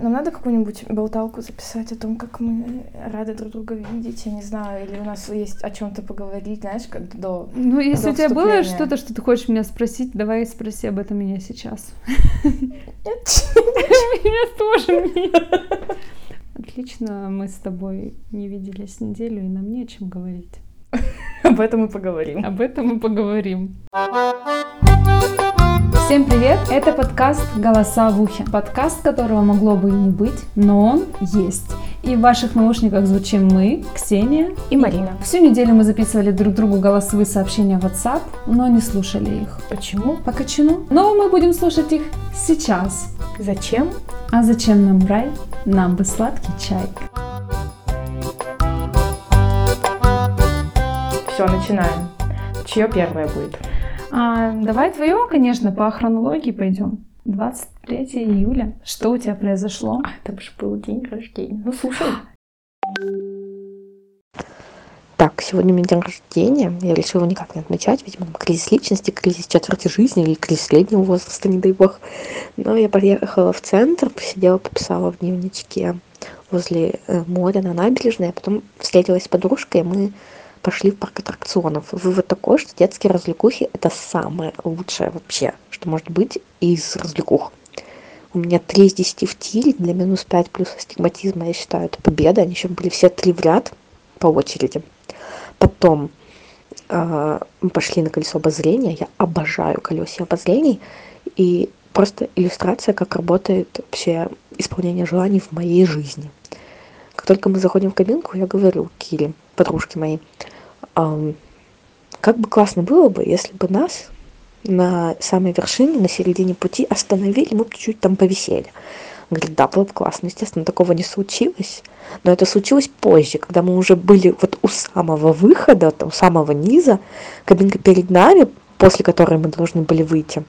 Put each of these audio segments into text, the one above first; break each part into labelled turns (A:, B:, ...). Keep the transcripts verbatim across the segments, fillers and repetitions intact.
A: Нам надо какую-нибудь болталку записать о том, как мы рады друг друга видеть, я не знаю, или у нас есть о чем-то поговорить, знаешь, как до
B: Ну, если
A: до
B: у тебя было
A: вступления.
B: что-то, что ты хочешь меня спросить, давай спроси об этом меня сейчас.
A: Нет.
B: Меня тоже нет. Отлично, мы с тобой не виделись неделю, и нам не о чем говорить.
A: Об этом мы поговорим.
B: Об этом мы поговорим. Всем привет! Это подкаст «Голоса в ухе». Подкаст, которого могло бы и не быть, но он есть. И в ваших наушниках звучим мы, Ксения
A: и Марина.
B: Всю неделю мы записывали друг другу голосовые сообщения в WhatsApp, но не слушали их.
A: Почему?
B: По качану. Но мы будем слушать их сейчас.
A: Зачем?
B: А зачем нам рай? Нам бы сладкий чай.
A: Все, начинаем. Чье первое будет?
B: А, давай твое, конечно, по хронологии пойдем. двадцать третьего июля. Что у тебя произошло?
A: А, это же был день рождения. Ну, слушай.
C: Так, сегодня у меня день рождения. Я решила никак не отмечать. Видимо, кризис личности, кризис четверти жизни или кризис среднего возраста, не дай бог. Но я поехала в центр, посидела, пописала в дневничке возле моря на набережной, а потом встретилась с подружкой, и мы пошли в парк аттракционов. Вывод такой, что детские развлекухи — это самое лучшее вообще, что может быть из развлекух. У меня три из десяти в тире, для минус пять плюс астигматизма, я считаю, это победа. Они еще были все три в ряд по очереди. Потом э, мы пошли на колесо обозрения. Я обожаю колесо обозрений. И просто иллюстрация, как работает вообще исполнение желаний в моей жизни. Как только мы заходим в кабинку, я говорю Кире, подружке моей, э, как бы классно было бы, если бы нас на самой вершине, на середине пути остановили, мы бы чуть-чуть там повисели. Говорит, да, было бы классно. Естественно, такого не случилось, но это случилось позже, когда мы уже были вот у самого выхода, у самого низа, кабинка перед нами, после которой мы должны были выйти,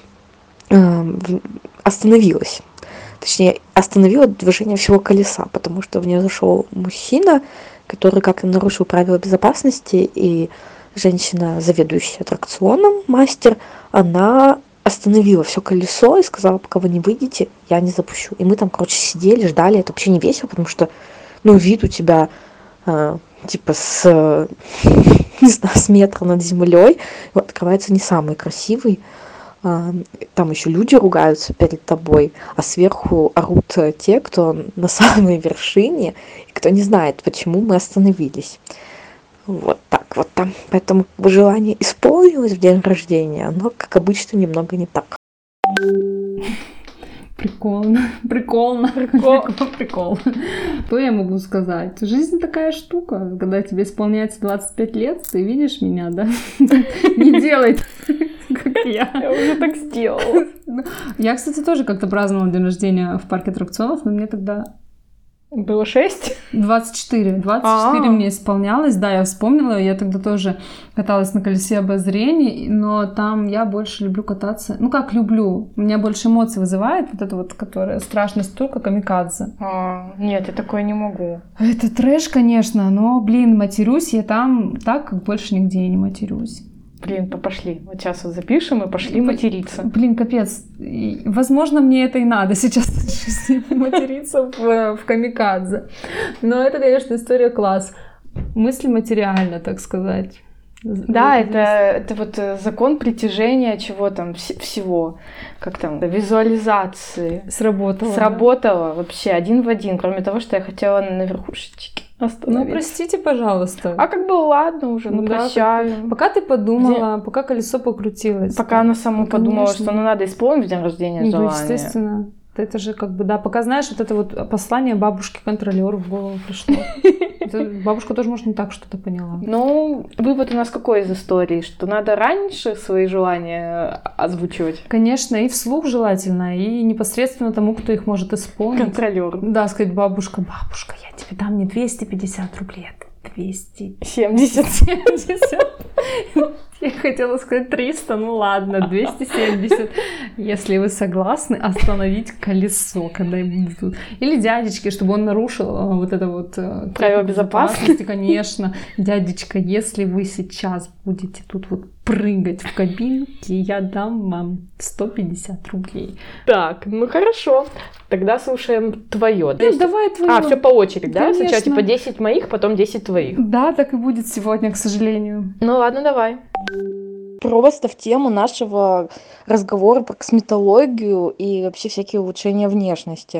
C: остановилась. Точнее, остановила движение всего колеса, потому что в нее зашел мужчина, который как-то нарушил правила безопасности, и женщина, заведующая аттракционом, мастер, она остановила все колесо и сказала, пока вы не выйдете, я не запущу. И мы там, короче, сидели, ждали. Это вообще не весело, потому что, ну, вид у тебя, э, типа, с, не знаю, с метра над землей, вот, открывается не самый красивый. Э, там еще люди ругаются перед тобой, а сверху орут те, кто на самой вершине, и кто не знает, почему мы остановились. Вот так вот там. Поэтому желание исполнилось в день рождения, но, как обычно, немного не так.
B: Прикольно, прикольно, прикол, прикол. Что я могу сказать? Жизнь такая штука, когда тебе исполняется двадцать пять лет, ты видишь меня, да? Не делай как я.
A: Я уже так сделала.
B: Я, кстати, тоже как-то праздновала день рождения в парке аттракционов, но мне тогда...
A: Было шесть?
B: двадцать четыре. двадцать четыре
A: А-а-а.
B: Мне исполнялось. Да, я вспомнила. Я тогда тоже каталась на колесе обозрений, но там я больше люблю кататься. Ну, как люблю? У меня больше эмоций вызывает вот это вот, которая страшная штука, камикадзе.
A: А, нет, я такое не могу.
B: Это трэш, конечно, но, блин, матерюсь я там так, как больше нигде не матерюсь.
A: Блин, то пошли. Вот сейчас вот запишем и пошли материться.
B: Блин, капец. И, возможно, мне это и надо сейчас материться в, в камикадзе. Но это, конечно, история класс. Мысли материально, так сказать.
A: Да, это, это вот закон притяжения чего там, вс- всего. Как там, визуализации.
B: Сработало.
A: Сработало, да? Вообще один в один. Кроме того, что я хотела на верхушечке остановиться.
B: Ну, простите, пожалуйста.
A: А как бы ладно уже, ну,
B: да,
A: прощаю.
B: Пока ты подумала, Где... пока колесо покрутилось.
A: Пока она сама
B: ну,
A: подумала,
B: конечно.
A: что ну надо исполнить в день рождения
B: ну,
A: желание.
B: Естественно. Это же как бы, да, пока знаешь, вот это вот послание бабушки-контролёру в голову пришло. Бабушка тоже, может, не так что-то поняла.
A: Ну, вывод у нас какой из истории? Что надо раньше свои желания озвучивать?
B: Конечно, и вслух желательно, и непосредственно тому, кто их может исполнить.
A: Контролёру.
B: Да, сказать, бабушка, бабушка, я тебе дам не двести пятьдесят рублей, а двести
A: семьдесят.
B: семьдесят. Я хотела сказать триста, ну ладно, двести семьдесят. Если вы согласны остановить колесо, когда я буду тут. Или дядечке, чтобы он нарушил э, вот это вот... Э,
A: правила безопасности.
B: Конечно. Дядечка, если вы сейчас будете тут вот прыгать в кабинке, я дам вам сто пятьдесят рублей.
D: Так, ну хорошо. Тогда слушаем твое.
B: Ну, давай твое.
D: А, все по очереди, да?
B: Конечно.
D: Сначала типа десять моих, потом десять твоих.
B: Да, так и будет сегодня, к сожалению.
D: Ну ладно, давай.
C: Просто в тему нашего разговора про косметологию и вообще всякие улучшения внешности.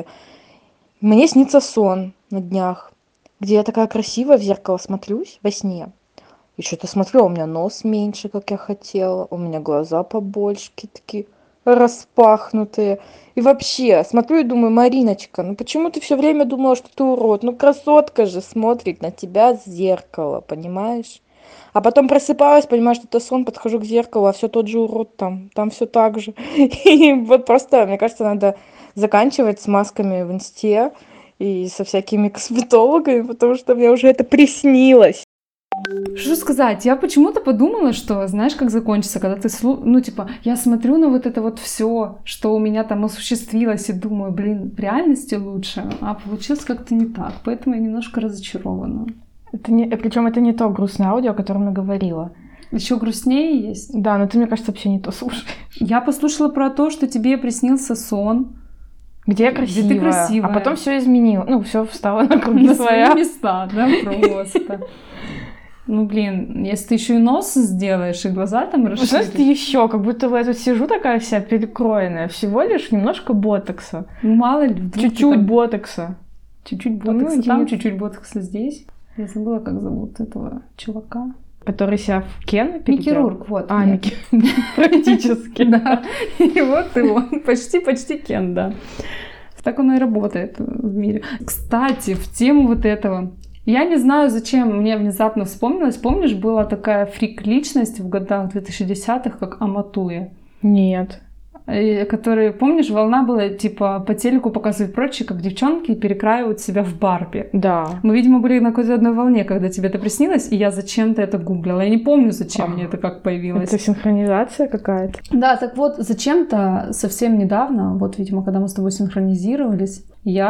C: Мне снится сон на днях, где я такая красивая в зеркало смотрюсь во сне. И что-то смотрю, а у меня нос меньше, как я хотела, у меня глаза побольше, такие распахнутые. И вообще, смотрю и думаю, Мариночка, ну почему ты все время думала, что ты урод? Ну красотка же смотрит на тебя с зеркала, понимаешь? А потом просыпалась, понимаю, что это сон, подхожу к зеркалу, а все тот же урод там, там все так же. И вот просто, мне кажется, надо заканчивать с масками в инсте и со всякими косметологами, потому что мне уже это приснилось.
B: Что сказать? Я почему-то подумала, что знаешь, как закончится, когда ты, слу... ну, типа, я смотрю на вот это вот все, что у меня там осуществилось, и думаю, блин, в реальности лучше, а получилось как-то не так, поэтому я немножко разочарована.
A: Это не... Причем это не то грустное аудио, о котором я говорила.
B: Еще грустнее есть?
A: Да, но ты, мне кажется, вообще не то слушаешь.
B: Я послушала про то, что тебе приснился сон,
A: где я красивая,
B: где ты красивая.
A: А потом все изменило, ну, все встало на круги
B: на
A: своя.
B: свои места, да, просто. Ну, блин, если ты еще и нос сделаешь, и глаза там расширишь.
A: Знаешь, ты еще, как будто бы я тут сижу такая вся перекроенная, всего лишь немножко ботокса.
B: Ну, мало ли.
A: Чуть-чуть
B: там...
A: ботокса.
B: Чуть-чуть
A: Ну,
B: ботокса
A: ну,
B: там,
A: я...
B: чуть-чуть ботокса здесь. Я забыла, как зовут этого чувака.
A: Который себя в Кен переделал?
B: Микки-Рурк, вот.
A: А, Микки. Практически.
B: Да. И вот его. Почти-почти Кен, да. Так оно и работает в мире. Кстати, в тему вот этого. Я не знаю, зачем мне внезапно вспомнилось. Помнишь, была такая фрик-личность в годах двухтысячных, как Аматуя?
A: Нет.
B: Которые, помнишь, волна была, типа, по телеку показывают прочее, как девчонки перекраивают себя в Барби.
A: Да.
B: Мы, видимо, были на какой-то одной волне, когда тебе это приснилось, и я зачем-то это гуглила. Я не помню, зачем а, мне это как появилось.
A: Это синхронизация какая-то?
B: Да, так вот, зачем-то совсем недавно, вот, видимо, когда мы с тобой синхронизировались,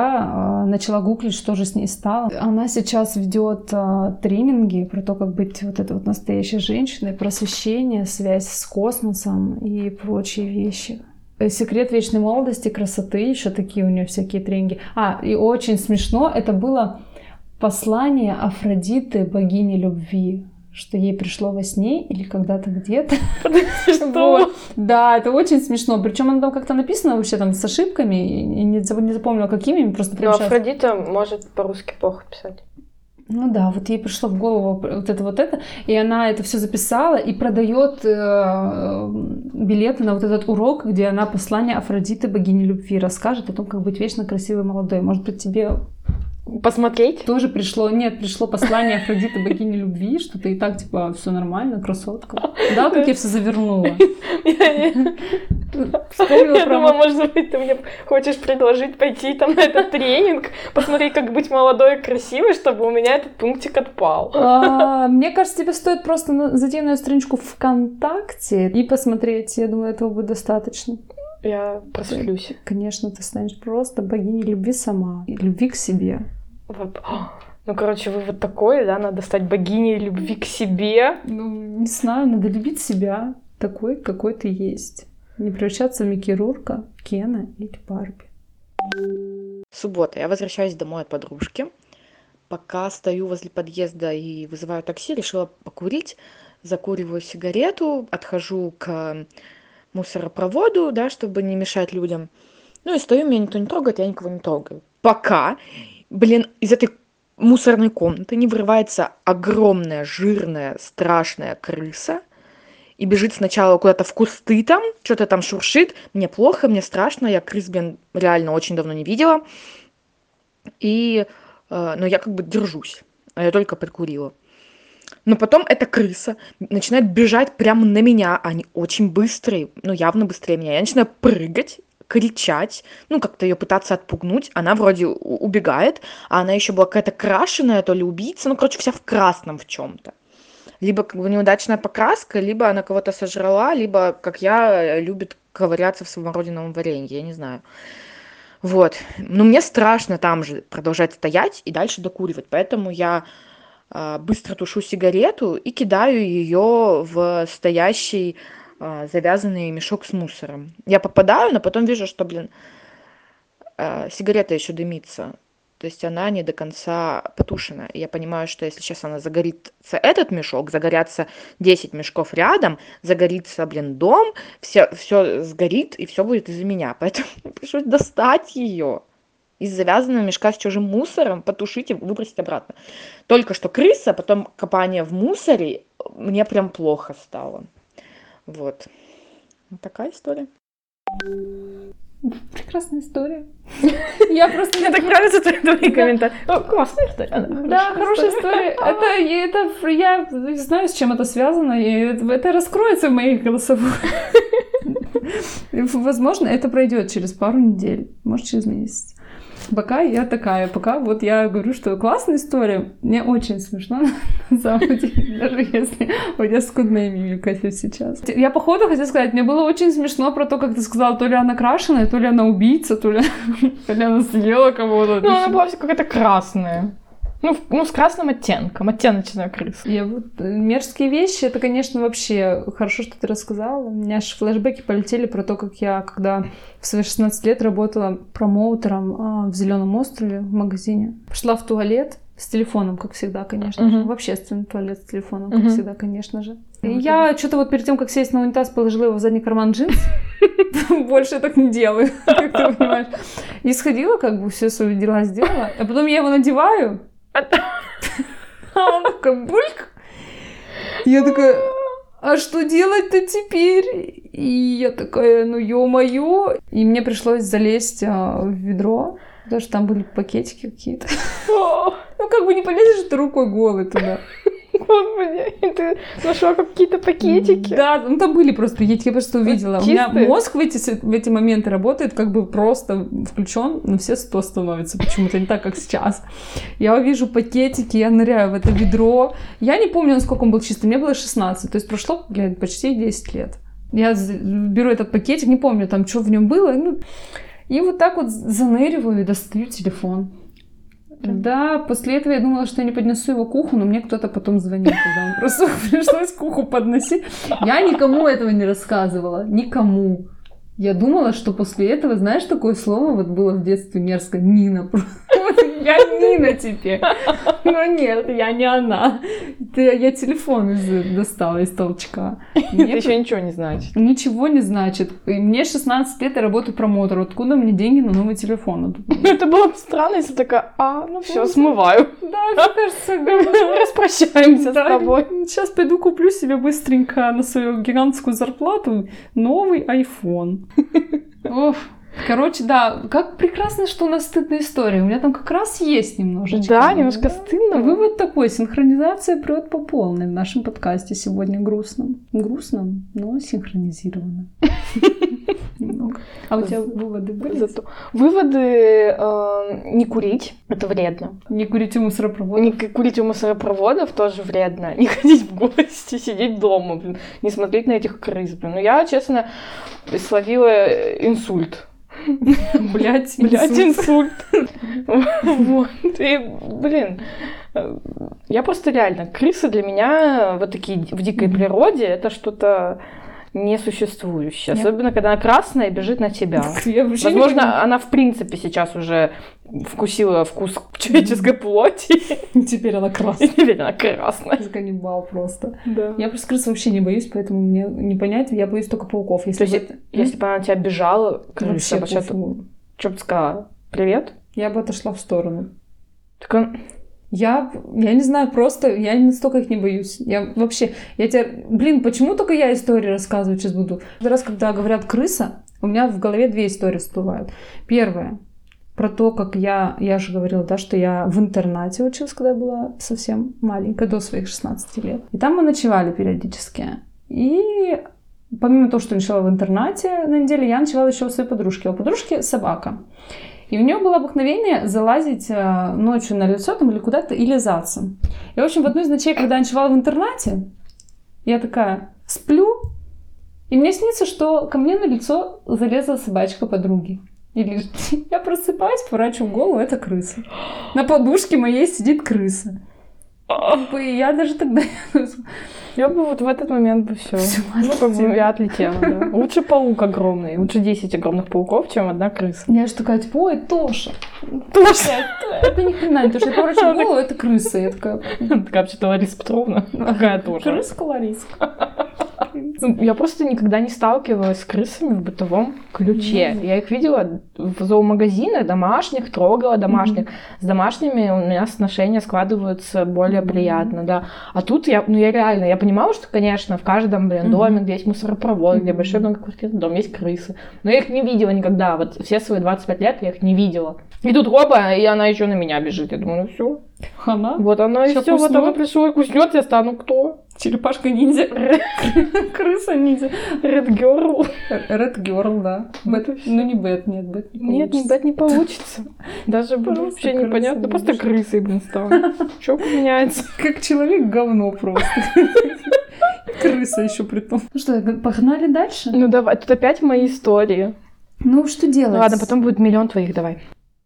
B: я э, начала гуглить, что же с ней стало. Она сейчас ведет э, тренинги про то, как быть вот этой вот настоящей женщиной, просвещение, связь с космосом и прочие вещи. Секрет вечной молодости, красоты, еще такие у нее всякие тренинги. А, и очень смешно, это было послание Афродиты, богини любви, что ей пришло во сне или когда-то где-то.
D: Что?
B: Да, это очень смешно. Причем оно там как-то написано вообще там с ошибками, и не запомнила какими, просто
D: Ну, Афродита может по-русски плохо писать.
B: Ну да, вот ей пришло в голову вот это вот это, и она это все записала и продает э, билеты на вот этот урок, где она послание Афродиты, богини любви, расскажет о том, как быть вечно красивой и молодой. Может быть, тебе
D: посмотреть?
B: Тоже пришло, нет, пришло послание Афродиты, богини любви, что ты и так, типа, все нормально, красотка. Да, как я все завернула.
D: Я думала, может быть, ты мне хочешь предложить пойти там на этот тренинг, посмотреть, как быть молодой и красивой, чтобы у меня этот пунктик отпал.
B: Мне кажется, тебе стоит просто зайти на ее страничку ВКонтакте и посмотреть. Я думаю, этого будет достаточно.
D: Я просветлюсь.
B: Конечно, ты станешь просто богиней любви сама. И любви к себе.
D: Ну, короче, вывод такой, да, надо стать богиней любви к себе.
B: Ну, не знаю, надо любить себя такой, какой ты есть. Не превращаться в Микки-Рурка, Кена или Барби.
C: Суббота. Я возвращаюсь домой от подружки. Пока стою возле подъезда и вызываю такси, решила покурить. Закуриваю сигарету, отхожу к мусоропроводу, да, чтобы не мешать людям. Ну и стою, меня никто не трогает, я никого не трогаю. Пока, блин, из этой мусорной комнаты не вырывается огромная, жирная, страшная крыса и бежит сначала куда-то в кусты там, что-то там шуршит. Мне плохо, мне страшно, я крыс, блин, реально очень давно не видела. И, э, но я как бы держусь, а я только прикурила. Но потом эта крыса начинает бежать прямо на меня. Они очень быстрые, ну явно быстрее меня. Я начинаю прыгать, кричать, ну как-то ее пытаться отпугнуть. Она вроде убегает, а она еще была какая-то крашеная, то ли убийца. Ну, короче, вся в красном в чем-то. либо как бы неудачная покраска, либо она кого-то сожрала, либо, как я, любит ковыряться в смородиновом варенье, я не знаю. Вот. Но мне страшно там же продолжать стоять и дальше докуривать, поэтому я а, быстро тушу сигарету и кидаю ее в стоящий а, завязанный мешок с мусором. Я попадаю, но потом вижу, что, блин, а, сигарета еще дымится. То есть она не до конца потушена. И я понимаю, что если сейчас она загорится этот мешок, загорятся десять мешков рядом, загорится, блин, дом, все, все сгорит, и все будет из-за меня. Поэтому пришлось достать ее из завязанного мешка с чужим мусором, потушить и выбросить обратно. Только что крыса, потом копание в мусоре, мне прям плохо стало. Вот. Вот такая история.
B: Прекрасная история. Я просто...
D: Мне так нравятся твои комментарии. Классная история.
B: Да, хорошая история. Это, это, я знаю, с чем это связано, и это раскроется в моих голосовых. Возможно, это пройдет через пару недель, может, через месяц. Пока я такая, пока вот я говорю, что классная история, мне очень смешно, на самом деле, даже если у меня скудная мимика сейчас. Я походу хотела сказать, мне было очень смешно про то, как ты сказала, то ли она крашеная, то ли она убийца, то ли, то ли она съела кого-то.
D: Ну, она была вся какая-то красная. Ну, ну, с красным оттенком, оттеночная крыса.
B: Я вот, мерзкие вещи, это, конечно, вообще хорошо, что ты рассказала. У меня аж флешбеки полетели про то, как я, когда в свои шестнадцать лет работала промоутером а, в Зеленом острове в магазине. Пошла в туалет с телефоном, как всегда, конечно uh-huh. же. В общественный туалет с телефоном, как uh-huh. всегда, конечно же. И uh-huh. я что-то вот перед тем, как сесть на унитаз, положила его в задний карман джинс. Больше я так не делаю, как ты понимаешь. И сходила, как бы все свои дела сделала. А потом я его надеваю. А он такой бульк. Я такая, а что делать-то теперь? И я такая, ну ё-моё. И мне пришлось залезть а, в ведро, потому что там были пакетики какие-то. Ну как бы не полезешь ты рукой голой туда.
D: Господи, ты нашла какие-то пакетики?
B: Да, ну там были просто пакетики, я просто увидела. Чистые? У меня мозг в эти, в эти моменты работает как бы просто включен, на все сто становится почему-то, не так, как сейчас. Я увижу пакетики, я ныряю в это ведро. Я не помню, насколько он был чистый, мне было шестнадцать, то есть прошло, блядь, почти десять лет. Я беру этот пакетик, не помню там, что в нем было, ну, и вот так вот заныриваю и достаю телефон. Да, после этого я думала, что я не поднесу его к уху, но мне кто-то потом звонил, когда он просто пришлось к уху подносить. Я никому этого не рассказывала, никому. Я думала, что после этого, знаешь, такое слово вот было в детстве мерзко, Нина. Я Нина теперь. Но нет, я не она. Я телефон из, достала из толчка.
D: Это еще ничего не значит.
B: Ничего не значит. Мне шестнадцать лет, я работаю промоутером. Откуда мне деньги на новый телефон?
D: Это было бы странно, если такая, а, ну все, смываю.
B: Да, мне кажется,
D: распрощаемся с тобой.
B: Сейчас пойду куплю себе быстренько на свою гигантскую зарплату новый iPhone. Оф. Короче, да, как прекрасно, что у нас стыдная история. У меня там как раз есть немножечко.
D: Да, немножко стыдно.
B: Вывод такой, синхронизация прет по полной в нашем подкасте сегодня грустном. Грустном, но синхронизированно. А у тебя выводы были?
D: Выводы не курить, это вредно.
B: Не курить у мусоропроводов.
D: Не курить у мусоропроводов тоже вредно. Не ходить в гости, сидеть дома, блин, не смотреть на этих крыс, блин. Ну я, честно, словила инсульт.
B: Блять,
D: Блять, инсульт. Вот. И, блин, я просто реально, крысы для меня вот такие в дикой природе, это что-то несуществующее. Особенно, когда она красная и бежит на тебя. Возможно, она в принципе сейчас уже вкусила вкус человеческой плоти.
B: Теперь она красная.
D: Теперь она красная.
B: Каннибал просто.
D: Да.
B: Я просто крыс вообще не боюсь, поэтому мне не понять. Я боюсь только пауков.
D: Если, То есть, бы... если бы она тебя бежала, крыса, вообще, что бы ты сказала? Привет?
B: Я бы отошла в сторону.
D: Так он...
B: Я, я не знаю, просто я настолько их не боюсь. Я вообще, я тебе, блин, почему только я истории рассказываю сейчас буду? Каждый раз, когда говорят крыса, у меня в голове две истории всплывают. Первая, про то, как я, я же говорила, да, что я в интернате училась, когда я была совсем маленькая, до своих шестнадцати лет. И там мы ночевали периодически. И помимо того, что я ночевала в интернате на неделе, я ночевала еще у своей подружки. А у подружки собака. И у нее было обыкновение залазить э, ночью на лицо там или куда-то и лизаться. И, в общем, в одну из ночей, когда я ночевала в интернате, я такая сплю, и мне снится, что ко мне на лицо залезла собачка подруги. И я просыпаюсь, поворачиваю голову, это крыса. На подушке моей сидит крыса. И я даже тогда...
D: Я бы вот в этот момент бы все. Ну, как бы я отлетела, да. Лучше паук огромный, лучше десять огромных пауков, чем одна крыса.
B: Я же такая, типа, ой, Тоша. Тоша, это, это ни хрена не Тоша. Я поворачиваю голову, это крыса. Я такая...
D: Такая вообще-то Лариса Петровна. Какая Тоша.
B: Крыска Лариска.
D: Я просто никогда не сталкивалась с крысами в бытовом ключе. Mm-hmm. Я их видела в зоомагазинах, домашних, трогала домашних. Mm-hmm. С домашними у меня отношения складываются более mm-hmm. приятно, да. А тут я, ну я реально, я понимала, что, конечно, в каждом, блин, доме, mm-hmm. где есть мусоропровод, mm-hmm. где большой многоквартирный дом, есть крысы. Но я их не видела никогда. Вот все свои двадцать пять лет я их не видела. И тут оба, и она еще на меня бежит. Я думаю, ну все.
B: Она?
D: Вот она и все, вот она пришла и куснет, я стану кто?
B: Черепашка-ниндзя. Крыса-ниндзя.
D: Red Girl.
B: Red Girl, да. Бэт, ну не Бэт, нет, Бэт не
D: Нет, не Бэт не получится. Даже вообще непонятно. Просто крысой, блин, стану. Что поменяется?
B: Как человек говно просто. Крыса еще при том. Ну что, погнали дальше?
D: Ну давай, тут опять мои истории.
B: Ну что делать?
D: Ну ладно, потом будет миллион твоих, давай.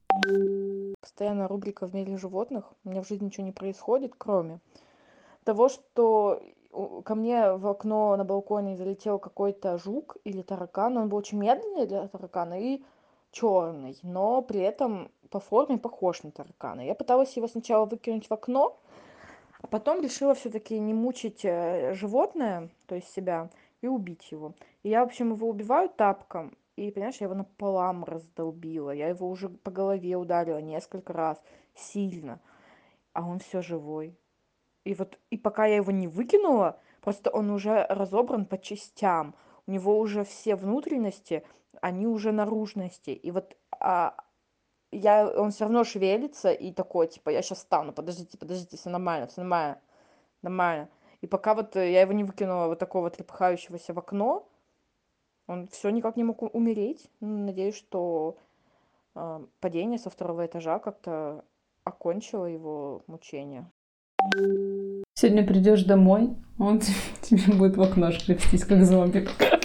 A: Постоянно рубрика «В мире животных». У меня в жизни ничего не происходит, кроме того, что ко мне в окно на балконе залетел какой-то жук или таракан. Он был очень медленный для таракана и черный, но при этом по форме похож на таракана. Я пыталась его сначала выкинуть в окно, а потом решила все-таки не мучить животное, то есть себя, и убить его. И я, в общем, его убиваю тапком. И, понимаешь, я его напополам раздолбила. Я его уже по голове ударила несколько раз, сильно. А он все живой. И вот, и пока я его не выкинула, просто он уже разобран по частям. У него уже все внутренности, они уже наружности. И вот а, я, он все равно шевелится и такой, типа, я сейчас встану, подождите, подождите, все нормально, все нормально, нормально. И пока вот я его не выкинула вот такого трепыхающегося в окно, он все никак не мог умереть. Надеюсь, что э, падение со второго этажа как-то окончило его мучения.
B: Сегодня придешь домой, он тебе будет в окно шкрестись, как зомби.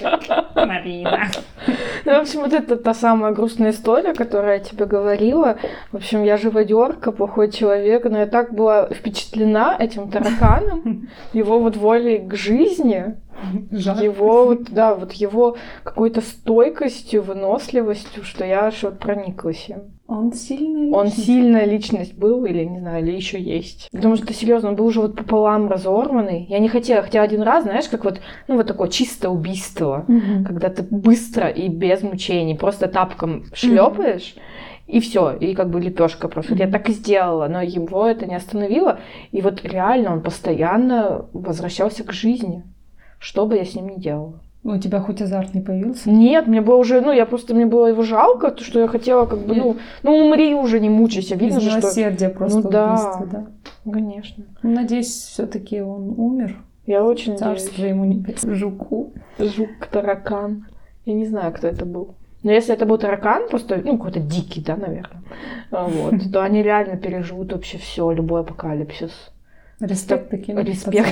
B: Марина.
D: Ну, в общем, вот это та самая грустная история, которую я тебе говорила. В общем, я живодерка, плохой человек, но я так была впечатлена этим тараканом, его вот волей к жизни,
B: Жаль.
D: его вот, да, вот его какой-то стойкостью, выносливостью, что я аж вот прониклась им.
B: Он сильная личность.
D: Он сильная личность был, или, не знаю, или еще есть. Потому что, серьезно, он был уже вот пополам разорванный. Я не хотела, хотела один раз, знаешь, как вот, ну, вот такое чистое убийство,
B: Угу.
D: когда ты быстро и без мучений просто тапком шлепаешь, угу. и все, и как бы лепешка просто. Угу. Я так и сделала, но его это не остановило. И вот реально он постоянно возвращался к жизни, что бы я с ним ни делала.
B: У тебя хоть азарт не появился?
D: Нет, мне было уже, ну, я просто, мне было его жалко, то, что я хотела, как бы, ну, ну, умри уже, не мучайся, видно же, что...
B: Милосердие просто
D: ну, да,
B: убийство, да.
D: Конечно.
B: Надеюсь, все-таки он умер.
D: Я очень
B: Царство
D: надеюсь.
B: ему небесное. Жуку.
D: Жук-таракан. Я не знаю, кто это был. Но если это был таракан, просто, ну, какой-то дикий, да, наверное, вот, то они реально переживут вообще все, любой апокалипсис.
B: Респект таким
D: Респект.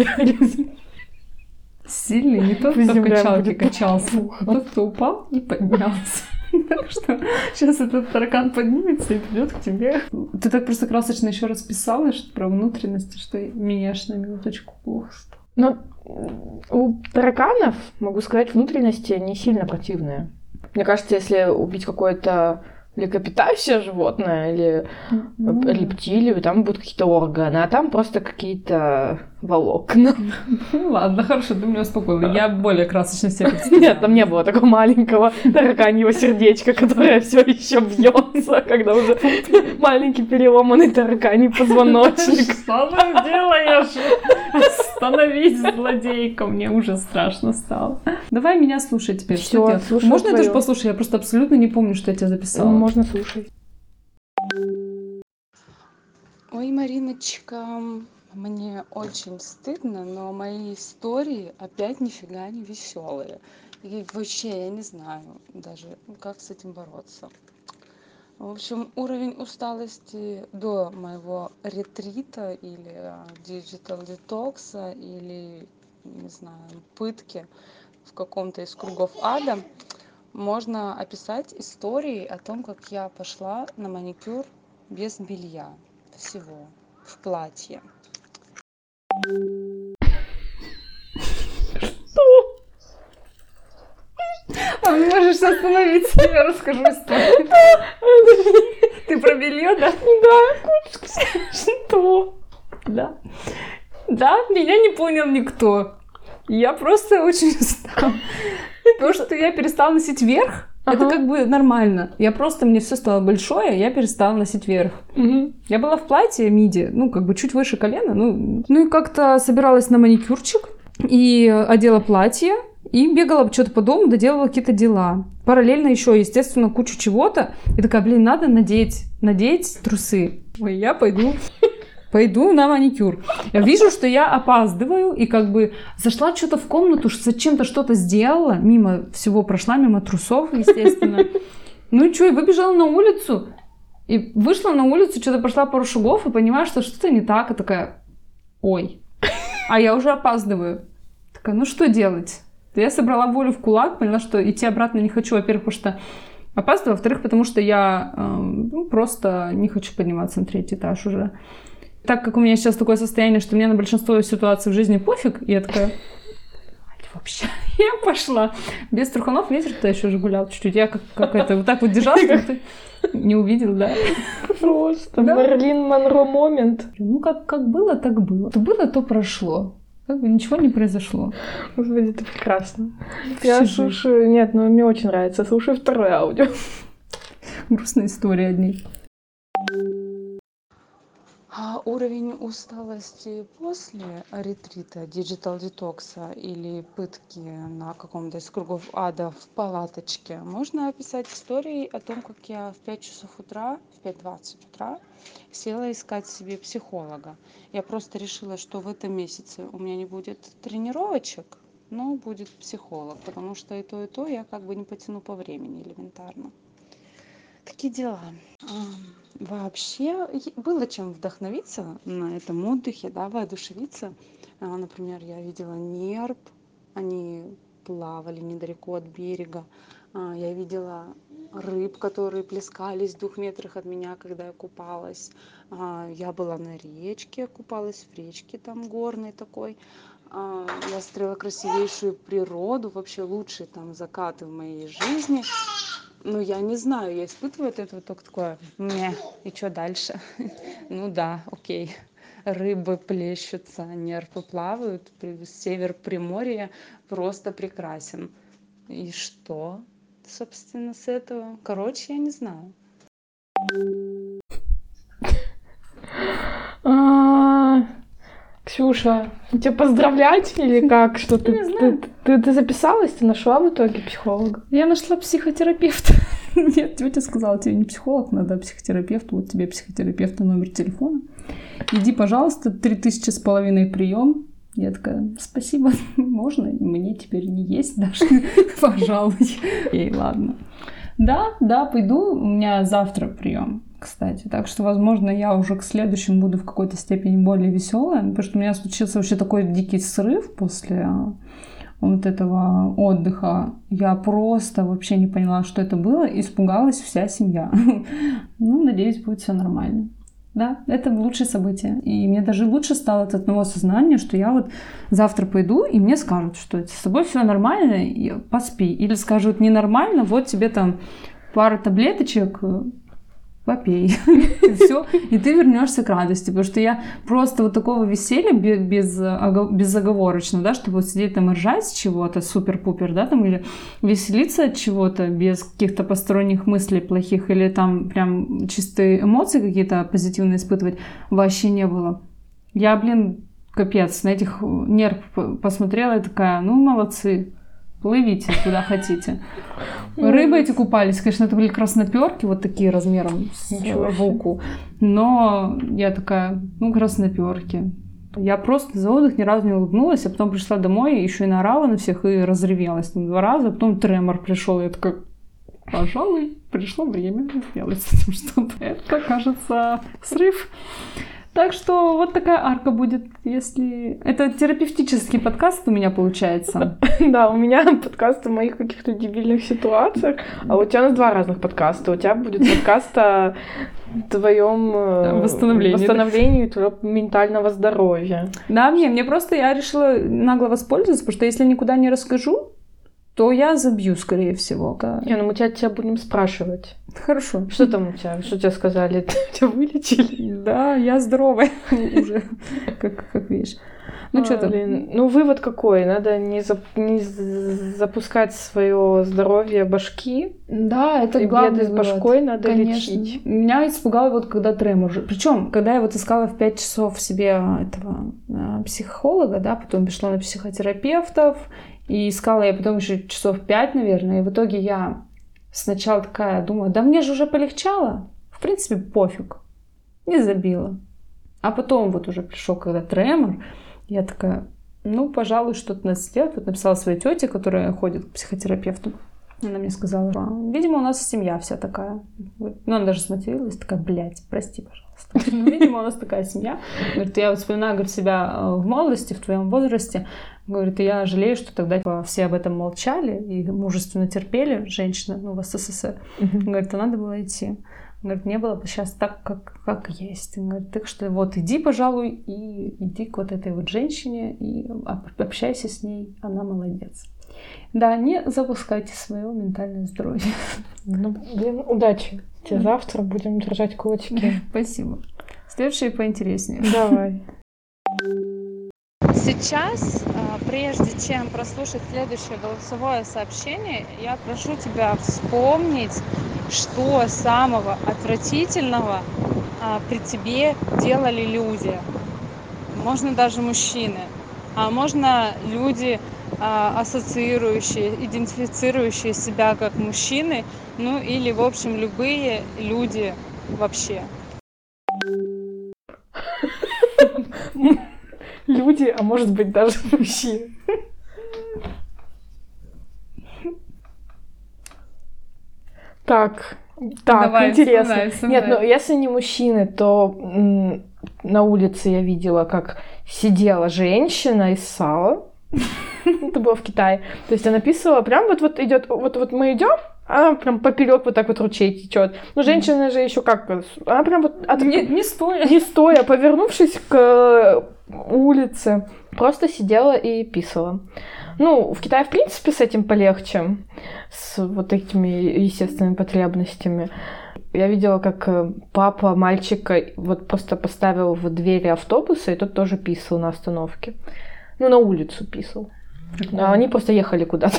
B: Сильный, не тот, кто в качалке качался, а тот, кто упал и поднялся. Так что сейчас этот таракан поднимется и придет к тебе. Ты так просто красочно еще расписала что про внутренности, что меняешь на минуточку плохо стало.
D: Ну, у тараканов, могу сказать, внутренности не сильно противные. Мне кажется, если убить какое-то млекопитающее животное или mm-hmm. рептилию, там будут какие-то органы, а там просто какие-то волокна.
B: Ну ладно, хорошо, ты меня успокоила. Я более красочно себе представляю.
D: Нет, там не было такого маленького тараканьего сердечка, которое все еще бьется, когда уже маленький переломанный тараканий позвоночник.
B: Что ты делаешь? Остановись, злодейка, мне уже страшно стало. Давай меня слушай теперь.
D: Всё, слушаю.
B: Можно это же послушать? Я просто абсолютно не помню, что я тебе записала.
D: Можно слушать.
E: Ой, Мариночка, мне очень стыдно, но мои истории опять нифига не веселые. И вообще я не знаю даже, как с этим бороться. В общем, уровень усталости до моего ретрита или диджитал детокса или, не знаю, пытки в каком-то из кругов ада можно описать историей о том, как я пошла на маникюр без белья всего, в платье.
B: А можешь остановиться, я расскажу историю. Ты про белье, да?
D: Да. Что?
B: Да. Да, меня не понял никто. Я просто очень устала. То, что я перестала носить верх, ага. это как бы нормально. Я просто, мне все стало большое, я перестала носить верх.
D: Угу.
B: Я была в платье миди, ну, как бы чуть выше колена. Ну, ну и как-то собиралась на маникюрчик и одела платье. И бегала что-то по дому, доделала какие-то дела. Параллельно еще, естественно, кучу чего-то. И такая, блин, надо надеть, надеть трусы. Ой, я пойду, пойду на маникюр. Я вижу, что я опаздываю, и как бы зашла что-то в комнату, зачем-то что-то сделала, мимо всего прошла, мимо трусов, естественно. Ну и что, и выбежала на улицу. И вышла на улицу, что-то прошла пару шагов, и понимаю, что что-то не так. И такая, ой, а я уже опаздываю. Такая, ну что делать? Я собрала волю в кулак, поняла, что идти обратно не хочу, во-первых, потому что опаздываю, во-вторых, потому что я э, ну, просто не хочу подниматься на третий этаж уже. Так как у меня сейчас такое состояние, что мне на большинство ситуаций в жизни пофиг, я такая, вообще, я пошла. Без труханов ветер-то еще же гулял чуть-чуть. Я как, как это, вот так вот держалась, ты не увидел, да?
D: Просто Мерлин Монро момент.
B: Ну, как, как было, так было. То было, то прошло. Как бы ничего не произошло.
D: Господи, это прекрасно. Я слушаю... Нет, ну мне очень нравится. Слушаю второе аудио.
B: Грустные истории одни.
E: А уровень усталости после ретрита, диджитал детокса или пытки на каком-то из кругов ада в палаточке можно описать историей о том, как я в пять часов утра, в пять двадцать утра села искать себе психолога. Я просто решила, что в этом месяце у меня не будет тренировочек, но будет психолог, потому что и то, и то я как бы не потяну по времени элементарно. Такие дела. Вообще было чем вдохновиться на этом отдыхе, да, воодушевиться. Например, я видела нерп, они плавали недалеко от берега. Я видела рыб, которые плескались в двух метрах от меня, когда я купалась. Я была на речке, купалась в речке там горной такой. Я смотрела красивейшую природу, вообще лучшие там закаты в моей жизни. Ну, я не знаю, я испытываю от этого только такое, мeh, и что дальше? Ну да, окей, рыбы плещутся, нерпы плавают, север Приморья просто прекрасен. И что, собственно, с этого? Короче, я не знаю.
D: Ксюша, тебя поздравлять или как? Что ты, ты, ты, ты записалась, ты нашла в итоге психолога?
B: Я нашла психотерапевта. Нет, тетя сказала, тебе не психолог, надо психотерапевт. Вот тебе психотерапевта номер телефона. Иди, пожалуйста, три тысячи с половиной прием. Я такая, спасибо, можно? Мне теперь не есть даже, пожалуй. Ей, ладно. Да, да, пойду. У меня завтра прием, кстати. Так что, возможно, я уже к следующему буду в какой-то степени более веселая, потому что у меня случился вообще такой дикий срыв после вот этого отдыха. Я просто вообще не поняла, что это было. Испугалась вся семья. Ну, надеюсь, будет все нормально. Да, это лучшее событие. И мне даже лучше стало от одного осознания, что я вот завтра пойду, и мне скажут, что с тобой все нормально, и поспи. Или скажут, ненормально, вот тебе там пара таблеточек, попей. И все, и ты вернешься к радости. Потому что я просто вот такого веселья без, безоговорочно, да, чтобы вот сидеть там и ржать с чего-то, супер-пупер, да, там, или веселиться от чего-то без каких-то посторонних мыслей плохих, или там прям чистые эмоции какие-то позитивные испытывать, вообще не было. Я, блин, капец, на этих нерв посмотрела и такая, ну, молодцы. Плывите куда хотите. Рыбы эти купались, конечно, это были красноперки, вот такие размером с руку. Но я такая, ну, красноперки. Я просто за отдых ни разу не улыбнулась, а потом пришла домой, еще и наорала на всех и разревелась там два раза, а потом тремор пришел, я такая, пожалуй, пришло время сделать с этим что-то. Это, кажется, срыв. Так что вот такая арка будет, если... Это терапевтический подкаст у меня получается.
D: Да, у меня подкаст о моих каких-то дебильных ситуациях, а у тебя у нас два разных подкаста. У тебя будет подкаст о твоем
B: восстановлении,
D: восстановлении твоего ментального здоровья.
B: Да, мне, мне просто я решила нагло воспользоваться, потому что если я никуда не расскажу, то я забью, скорее всего. Да.
D: Не, ну мы тебя, тебя будем спрашивать.
B: Хорошо.
D: Что там у тебя? Что тебе сказали? Тебя вылечили?
B: Да, я здоровая уже, как, как видишь. Ну,
D: а,
B: что там?
D: Блин. Ну, вывод какой? Надо не, зап... не запускать свое здоровье башки.
B: Да, это
D: и
B: главный
D: беды с башкой надо
B: Конечно.
D: лечить.
B: Меня испугало вот когда тремор. Причем, когда я вот искала в пять часов себе этого психолога, да, потом пришла на психотерапевтов, и искала я потом еще часов пять, наверное, и в итоге я сначала такая думаю, да мне же уже полегчало, в принципе, пофиг, не забила. А потом вот уже пришел когда тремор, я такая, ну, пожалуй, что-то надо сделать. Вот написала своей тете, которая ходит к психотерапевту. Она мне сказала, видимо, у нас семья вся такая. Ну, она даже смотрелась, такая, блядь, прости, пожалуйста. Ну, видимо, у нас такая семья. Говорит, я вот вспоминаю, говорит, себя в молодости, в твоем возрасте. Говорит, я жалею, что тогда типа, все об этом молчали и мужественно терпели, женщины, ну, в СССР. Mm-hmm. Говорит, а надо было идти. Говорит, не было бы сейчас так, как, как есть. Говорит, так что вот иди, пожалуй, и иди к вот этой вот женщине и общайся с ней, она молодец. Да, не запускайте свое ментальное здоровье.
D: Ну, блин, удачи. Тебе завтра будем держать кулачки.
B: Спасибо. Следующее поинтереснее.
D: Давай.
E: Сейчас, прежде чем прослушать следующее голосовое сообщение, я прошу тебя вспомнить, что самого отвратительного при тебе делали люди. Можно даже мужчины, а можно люди, ассоциирующие, идентифицирующие себя как мужчины, ну или, в общем, любые люди вообще.
D: Люди, а может быть даже мужчины. Так, так,
B: давай,
D: интересно.
B: вспоминай, вспоминай.
D: Нет, ну если не мужчины, то м, на улице я видела, как сидела женщина и ссала. Это было в Китае. То есть она писала, прям вот вот идет, вот вот мы идем, а прям поперек вот так вот ручей течет. Ну женщина же еще как, она прям вот от...
B: не, не стоя,
D: не стоя, повернувшись к улице, просто сидела и писала. Ну, в Китае, в принципе, с этим полегче, с вот этими естественными потребностями. Я видела, как папа мальчика вот просто поставил в двери автобуса, и тот тоже писал на остановке. Ну, на улицу писал. А они просто ехали куда-то.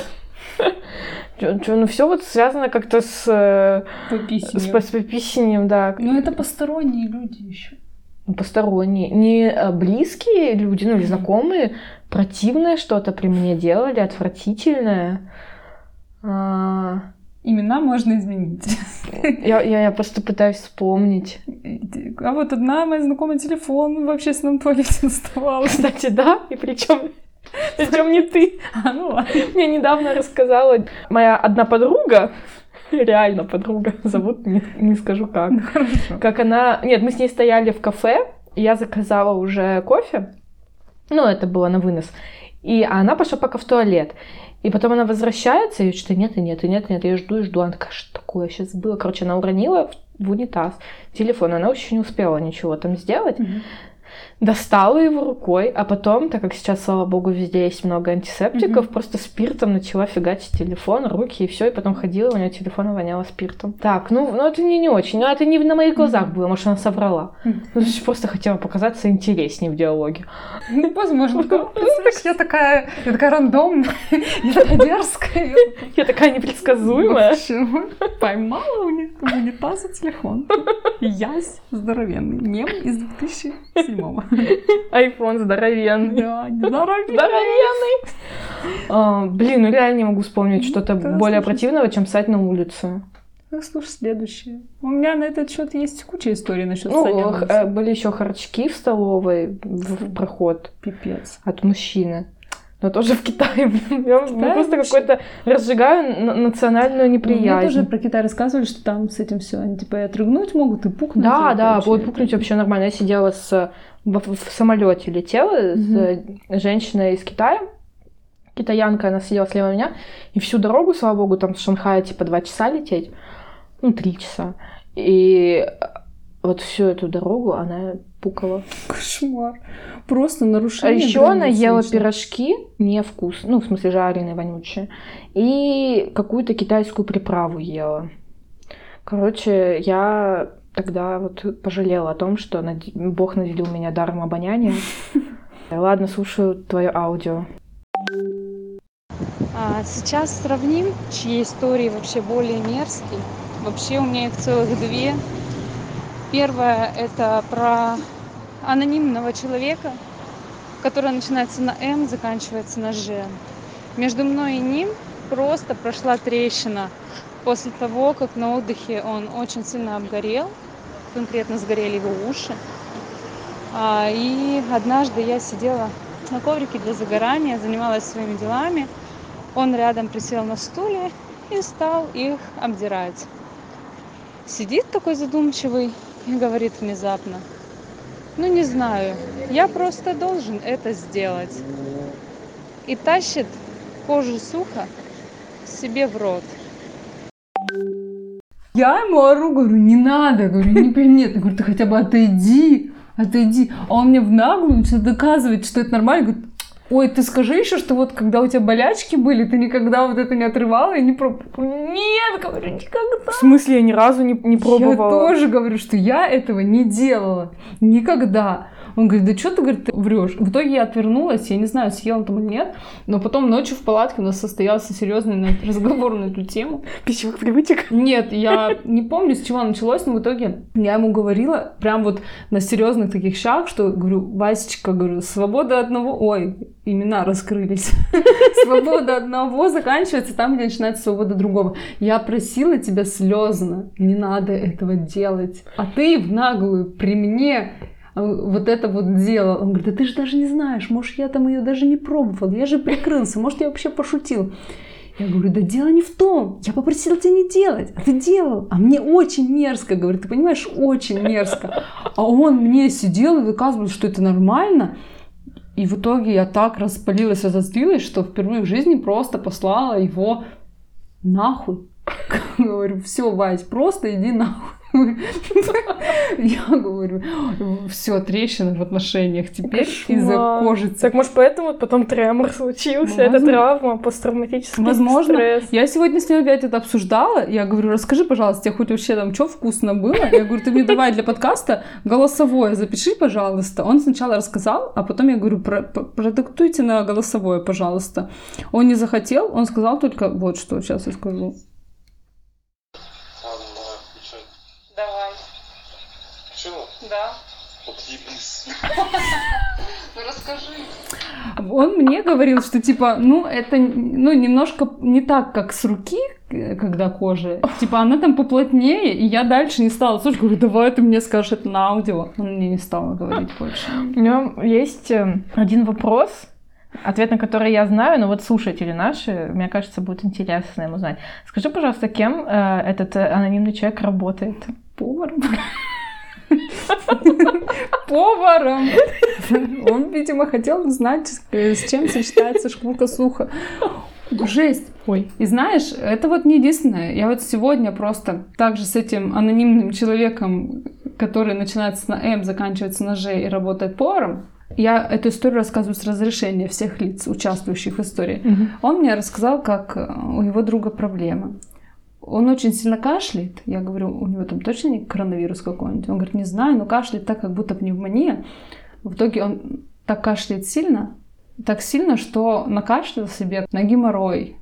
D: Ну, все вот связано как-то с
B: пописанием.
D: С пописанием, да.
B: Ну, это посторонние люди еще.
D: Посторонние. Не близкие люди, ну, или знакомые, противное что-то при мне делали, отвратительное. А...
B: Имена можно изменить.
D: Я, я, я просто пытаюсь вспомнить.
B: А вот одна моя знакомая телефон в общественном туалете доставала.
D: Кстати, да, и причем причем не ты.
B: А, ну ладно.
D: Мне недавно рассказала моя одна подруга, реально подруга, зовут, не, не скажу как.
B: Хорошо.
D: Как она... Нет, мы с ней стояли в кафе, и я заказала уже кофе, ну, это было на вынос, и она пошла пока в туалет. И потом она возвращается, и что-то нет, и нет, и нет, и нет. Я жду и жду. Она такая, что такое сейчас было? Короче, она уронила в унитаз телефон. Она еще не успела ничего там сделать. Mm-hmm. Достала его рукой, а потом, так как сейчас, слава богу, везде есть много антисептиков, mm-hmm. просто спиртом начала фигачить телефон, руки и все, и потом ходила, у нее телефон воняло спиртом. Так, ну, ну это не, не очень, ну это не на моих глазах mm-hmm. было, может, она соврала. Mm-hmm. Ну, то есть просто хотела показаться интереснее в диалоге.
B: Ну, возможно. Я такая, я такая рандомная, я такая дерзкая.
D: Я такая непредсказуемая.
B: Поймала у них в унитазе телефон. Ясь здоровенный. Мем из две тысячи седьмого.
D: Айфон здоровенный.
B: Да, здоровенный.
D: Здоровенный. А, блин, ну реально не могу вспомнить ну, что-то да, более слушай. противного, чем ссать на улице.
B: Ну, слушай, следующее. У меня на этот счет есть куча историй насчет
D: ну,
B: ссания на улице.
D: Х- были еще харчки в столовой в проход.
B: Пипец.
D: От мужчины. но тоже в Китае. Я
B: Китай
D: просто
B: вообще...
D: какой-то разжигаю национальную неприязнь.
B: Мне тоже про Китай рассказывали, что там с этим все, они типа и отрыгнуть могут, и пукнуть.
D: Да,
B: и
D: да,
B: прочее.
D: пукнуть вообще нормально. Я сидела с, в, в самолете, летела mm-hmm. с женщиной из Китая, китаянка, она сидела слева меня, и всю дорогу, слава богу, там с Шанхая типа два часа лететь, ну, три часа. И вот всю эту дорогу она пукала.
B: Кошмар. Просто нарушение.
D: А еще она ела пирожки невкусные, ну, в смысле, жареные, вонючие, и какую-то китайскую приправу ела. Короче, я тогда вот пожалела о том, что Бог наделил меня даром обоняния. Ладно, слушаю твое аудио.
E: Сейчас сравним, чьи истории вообще более мерзкие. Вообще у меня их целых две. Первая – это про анонимного человека, который начинается на М, заканчивается на Ж. Между мной и ним просто прошла трещина после того, как на отдыхе он очень сильно обгорел, конкретно сгорели его уши. И однажды я сидела на коврике для загорания, занималась своими делами. Он рядом присел на стуле и стал их обдирать. Сидит такой задумчивый и говорит внезапно: ну не знаю, я просто должен это сделать. И тащит кожу с уха себе в рот.
B: Я ему ору, говорю, не надо, говорю, не нет, я говорю, ты хотя бы отойди, отойди. А он мне в наглую начинает доказывать, что это нормально, говорит, ой, ты скажи еще, что вот когда у тебя болячки были, ты никогда вот это не отрывала и не пробовала. Нет, говорю, никогда.
D: В смысле, я ни разу не, не пробовала?
B: Я тоже говорю, что я этого не делала. Никогда. Он говорит, да что ты, говорит, ты врешь. В итоге я отвернулась, я не знаю, съел он там или нет, но потом ночью в палатке у нас состоялся серьезный разговор на эту тему.
D: Пищевых привычек?
B: Нет, я не помню, с чего началось, но в итоге я ему говорила прям вот на серьезных таких щах, что, говорю, Васечка, говорю, свобода одного... Ой, имена раскрылись. Свобода одного заканчивается там, где начинается свобода другого. Я просила тебя слезно, не надо этого делать. А ты в наглую при мне вот это вот делал. Он говорит, да ты же даже не знаешь, может, я там ее даже не пробовал, я же прикрылся, может, я вообще пошутил. Я говорю, да дело не в том, я попросила тебя не делать, а ты делал. А мне очень мерзко, говорит, ты понимаешь, очень мерзко. А он мне сидел и выказывал, что это нормально. И в итоге я так распалилась и разозлилась, что впервые в жизни просто послала его нахуй. Говорю, все, Вась, просто иди нахуй. Я говорю, все, трещина в отношениях теперь из-за кожицы.
D: Так, может, поэтому потом тремор случился, это травма, посттравматический
B: Возможно.
D: Стресс.
B: Я сегодня с ним опять это обсуждала. Я говорю, расскажи, пожалуйста, тебе хоть вообще там что вкусно было? Я говорю, ты мне давай для подкаста голосовое запиши, пожалуйста. Он сначала рассказал, а потом я говорю, продиктуйте на голосовое, пожалуйста. Он не захотел, он сказал только вот что, сейчас я скажу.
F: Давай.
G: Почему?
F: Да.
G: Отъебись.
F: Ну расскажи.
B: Он мне говорил, что типа, ну это ну, немножко не так, как с руки, когда кожа. Типа она там поплотнее, и я дальше не стала. Слушай, говорю, давай ты мне скажешь это на аудио. Он мне не стал говорить больше.
D: У меня есть один вопрос, ответ на который я знаю, но вот слушатели наши, мне кажется, будет интересно им узнать. Скажи, пожалуйста, кем э, этот анонимный человек работает?
B: Поваром. Поваром. Он, видимо, хотел узнать, с чем сочетается шкурка с уха. Жесть.
D: Ой.
B: И знаешь, это вот не единственное. Я вот сегодня просто также с этим анонимным человеком, который начинается на М, заканчивается на Ж и работает поваром, я эту историю рассказываю с разрешения всех лиц, участвующих в истории.
D: Угу.
B: Он мне рассказал, как у его друга проблема. Он очень сильно кашляет. Я говорю, у него там точно не коронавирус какой-нибудь? Он говорит, не знаю, но кашляет так, как будто пневмония. В итоге он так кашляет сильно, так сильно, что накашлял себе на геморрой.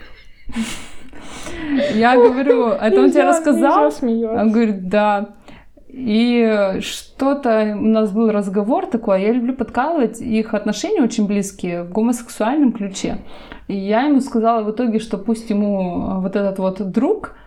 B: Я говорю, это он тебе рассказал? Он говорит, да. И что-то у нас был разговор такой, я люблю подкалывать, их отношения очень близкие в гомосексуальном ключе. И я ему сказала в итоге, что пусть ему вот этот вот друг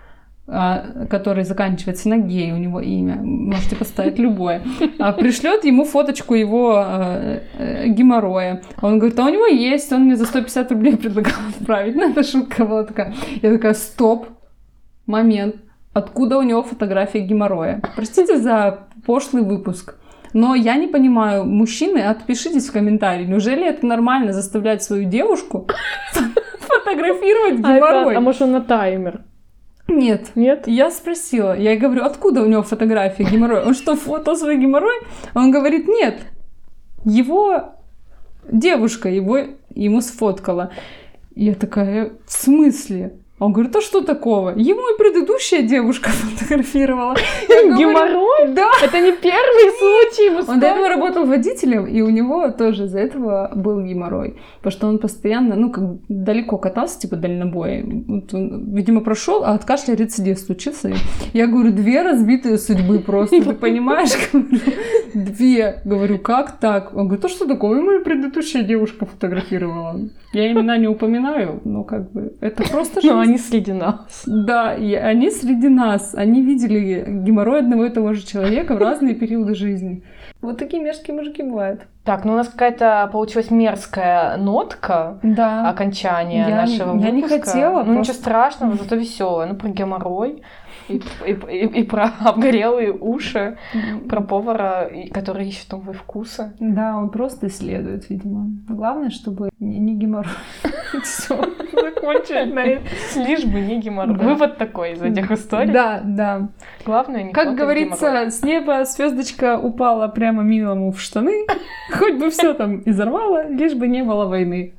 B: который заканчивается на гей, у него имя, можете поставить любое, пришлет ему фоточку его геморроя. Он говорит, а у него есть, он мне за сто пятьдесят рублей предлагал отправить. Ну, это шутка была такая. Я такая, стоп, момент, откуда у него фотография геморроя? Простите за пошлый выпуск. Но я не понимаю, мужчины, отпишитесь в комментарии, неужели это нормально заставлять свою девушку фотографировать геморрой?
D: А может он на таймер?
B: Нет.
D: Нет?
B: Я спросила, я говорю, откуда у него фотография геморроя? Он что, фото свой геморрой? Он говорит, нет. Его девушка его, ему сфоткала. И я такая, в смысле? Он говорит, а что такого? Ему и предыдущая девушка фотографировала.
D: Геморрой?
B: Да.
D: Это не первый случай.
B: Он до этого работал водителем, и у него тоже из-за этого был геморрой. Потому что он постоянно, ну, как далеко катался, типа дальнобой. Вот он, видимо, прошел, а от кашля рецидив случился. Я говорю, две разбитые судьбы просто, ты понимаешь? Две. Говорю, как так? Он говорит, а что такого? Ему и предыдущая девушка фотографировала. Я имена не упоминаю, но как бы это просто жизнь.
D: Но они среди нас.
B: Да, и они среди нас. Они видели геморрой одного и того же человека в разные периоды жизни. Вот такие мерзкие мужики бывают.
D: Так, ну у нас какая-то получилась мерзкая нотка
B: да.
D: окончания
B: я,
D: нашего выпуска.
B: Я не хотела.
D: Ну
B: просто...
D: ничего страшного, зато веселое. Ну про геморрой. И, и, и, и про обгорелые уши, mm-hmm. про повара, который ищет новые вкусы.
B: Да, он просто исследует, видимо. Главное, чтобы не, не геморрой.
D: Все, закончили на этом. Лишь бы не геморрой. Вывод такой из этих историй.
B: Да, да.
D: Главное, не
B: как говорится, с неба звездочка упала прямо милому в штаны. Хоть бы все там изорвало, лишь бы не было войны.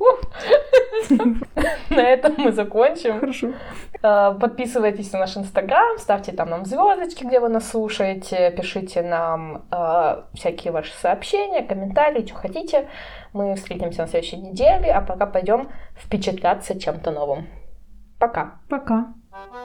D: На этом мы закончим.
B: Хорошо.
D: Подписывайтесь на наш инстаграм, ставьте там нам звездочки, где вы нас слушаете, пишите нам э, всякие ваши сообщения, комментарии, что хотите. Мы встретимся на следующей неделе, а пока пойдем впечатляться чем-то новым. Пока.
B: Пока.